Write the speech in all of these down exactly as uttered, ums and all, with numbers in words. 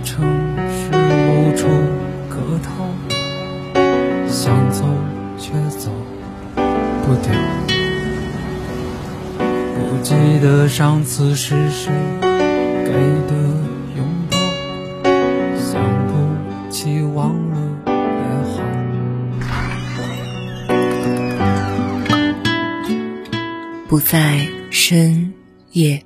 城市无处可逃，想走却走不掉。不记得上次是谁给的拥抱，想不起忘了也好。 不在深夜。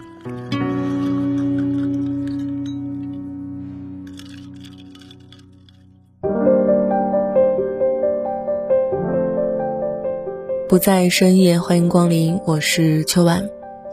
不在深夜，欢迎光临，我是秋晚。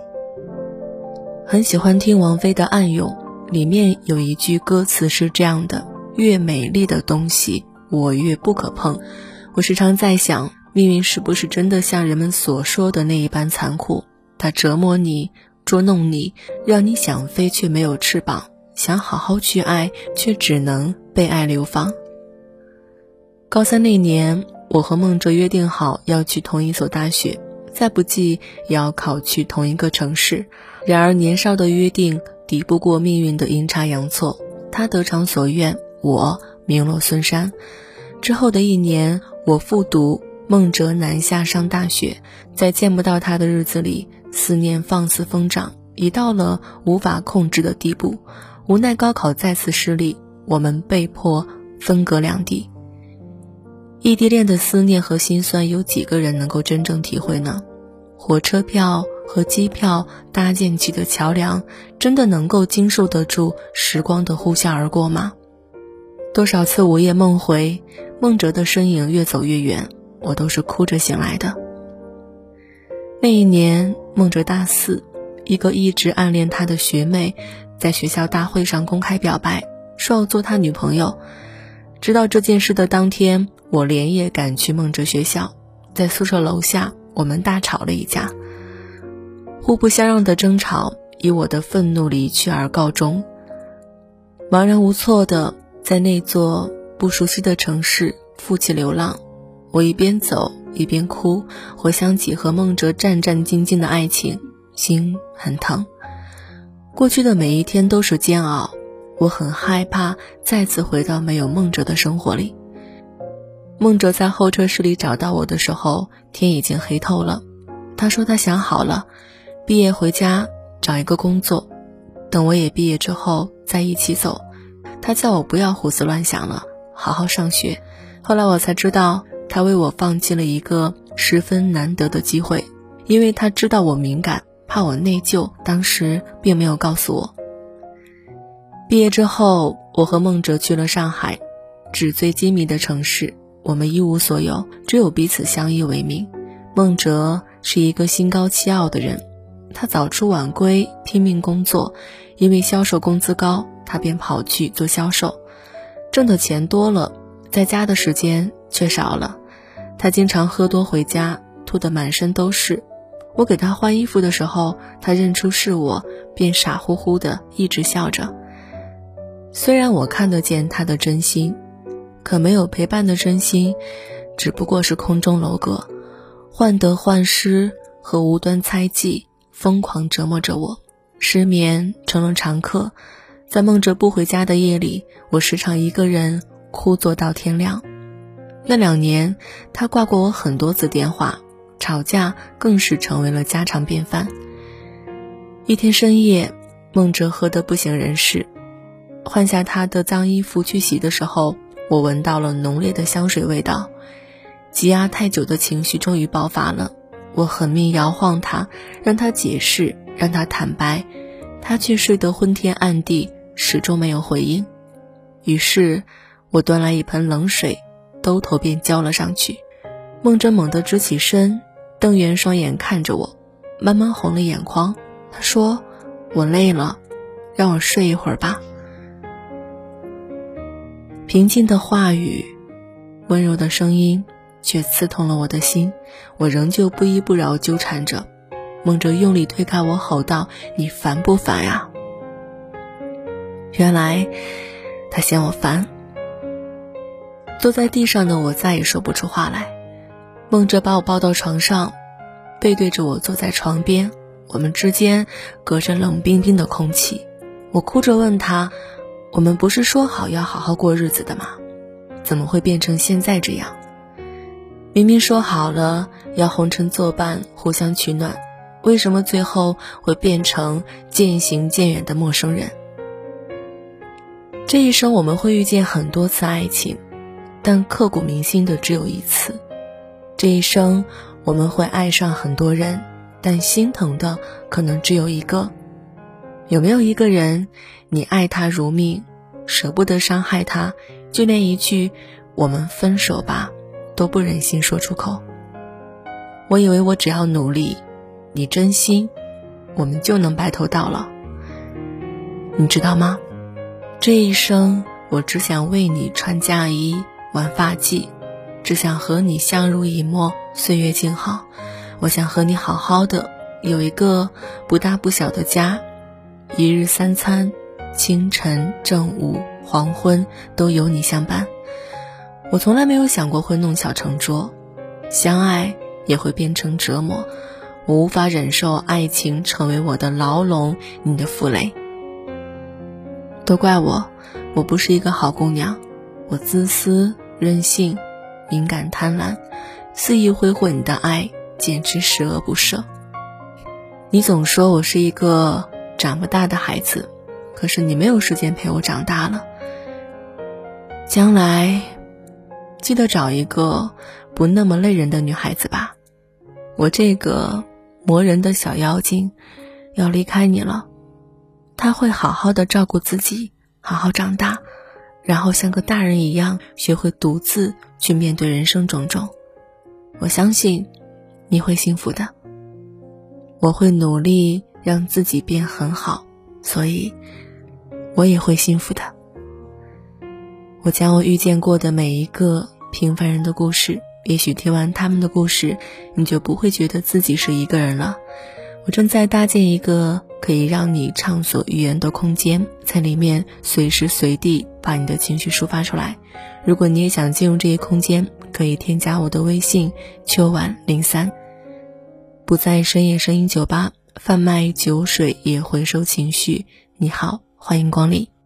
很喜欢听王菲的《暗涌》，里面有一句歌词是这样的：越美丽的东西我越不可碰。我时常在想，命运是不是真的像人们所说的那一般残酷，它折磨你，捉弄你，让你想飞却没有翅膀，想好好去爱却只能被爱流放。高三那年，我和孟哲约定好要去同一所大学，再不济也要考去同一个城市。然而年少的约定抵不过命运的阴差阳错，他得偿所愿，我名落孙山。之后的一年，我复读，孟哲南下上大学，在见不到他的日子里，思念放肆疯长，已到了无法控制的地步。无奈高考再次失利，我们被迫分隔两地。异地恋的思念和心酸，有几个人能够真正体会呢？火车票和机票搭建起的桥梁，真的能够经受得住时光的呼啸而过吗？多少次午夜梦回，孟哲的身影越走越远，我都是哭着醒来的。那一年，孟哲大四，一个一直暗恋他的学妹，在学校大会上公开表白，说要做他女朋友。知道这件事的当天，我连夜赶去孟哲学校，在宿舍楼下，我们大吵了一架。互不相让的争吵以我的愤怒离去而告终。茫然无措的在那座不熟悉的城市负起流浪，我一边走一边哭，回想起和孟哲战战兢兢的爱情，心很疼。过去的每一天都是煎熬，我很害怕再次回到没有孟哲的生活里。孟哲在候车室里找到我的时候，天已经黑透了。他说他想好了，毕业回家找一个工作，等我也毕业之后再一起走。他叫我不要胡思乱想了，好好上学。后来我才知道，他为我放弃了一个十分难得的机会，因为他知道我敏感，怕我内疚，当时并没有告诉我。毕业之后，我和孟哲去了上海，纸醉金迷的城市，我们一无所有，只有彼此相依为命。孟哲是一个心高气傲的人，他早出晚归，拼命工作，因为销售工资高，他便跑去做销售，挣的钱多了，在家的时间却少了。他经常喝多回家，吐得满身都是。我给他换衣服的时候，他认出是我，便傻乎乎的一直笑着。虽然我看得见他的真心，可没有陪伴的真心只不过是空中楼阁，患得患失和无端猜忌疯狂折磨着我，失眠成了常客。在孟哲不回家的夜里，我时常一个人哭坐到天亮。那两年，他挂过我很多次电话，吵架更是成为了家常便饭。一天深夜，孟哲喝得不省人事，换下他的脏衣服去洗的时候，我闻到了浓烈的香水味道。积压太久的情绪终于爆发了，我狠命摇晃他，让他解释，让他坦白，他却睡得昏天暗地，始终没有回应。于是我端来一盆冷水，兜头便浇了上去。孟哲猛地直起身，瞪圆双眼看着我，慢慢红了眼眶。他说，我累了，让我睡一会儿吧。平静的话语，温柔的声音，却刺痛了我的心。我仍旧不依不饶纠缠着。孟哲用力推开我，吼道，你烦不烦呀？原来他嫌我烦。坐在地上的我再也说不出话来。孟哲把我抱到床上，背对着我坐在床边，我们之间隔着冷冰冰的空气。我哭着问他， 我们不是说好要好好过日子的吗？怎么会变成现在这样？明明说好了要红尘作伴，互相取暖，为什么最后会变成渐行渐远的陌生人？这一生我们会遇见很多次爱情，但刻骨铭心的只有一次。这一生我们会爱上很多人，但心疼的可能只有一个。有没有一个人，你爱他如命，舍不得伤害他，就连一句我们分手吧都不忍心说出口？我以为我只要努力，你真心，我们就能白头到老。你知道吗？这一生我只想为你穿嫁衣，玩发髻，只想和你相濡以沫，岁月静好。我想和你好好的，有一个不大不小的家，一日三餐，清晨、正午、黄昏都有你相伴。我从来没有想过会弄巧成拙，相爱也会变成折磨。我无法忍受爱情成为我的牢笼，你的负累。都怪我，我不是一个好姑娘，我自私、任性、敏感、贪婪，肆意挥霍你的爱，简直十恶不赦。你总说我是一个长不大的孩子，可是你没有时间陪我长大了。将来记得找一个不那么累人的女孩子吧。我这个磨人的小妖精要离开你了，她会好好的照顾自己，好好长大，然后像个大人一样学会独自去面对人生种种。我相信你会幸福的，我会努力让自己变很好，所以我也会幸福的。我将我遇见过的每一个平凡人的故事，也许听完他们的故事，你就不会觉得自己是一个人了。我正在搭建一个可以让你畅所欲言的空间，在里面随时随地把你的情绪抒发出来。如果你也想进入这一空间，可以添加我的微信秋晚零三。不在深夜声音酒吧，贩卖酒水也回收情绪。你好，欢迎光临。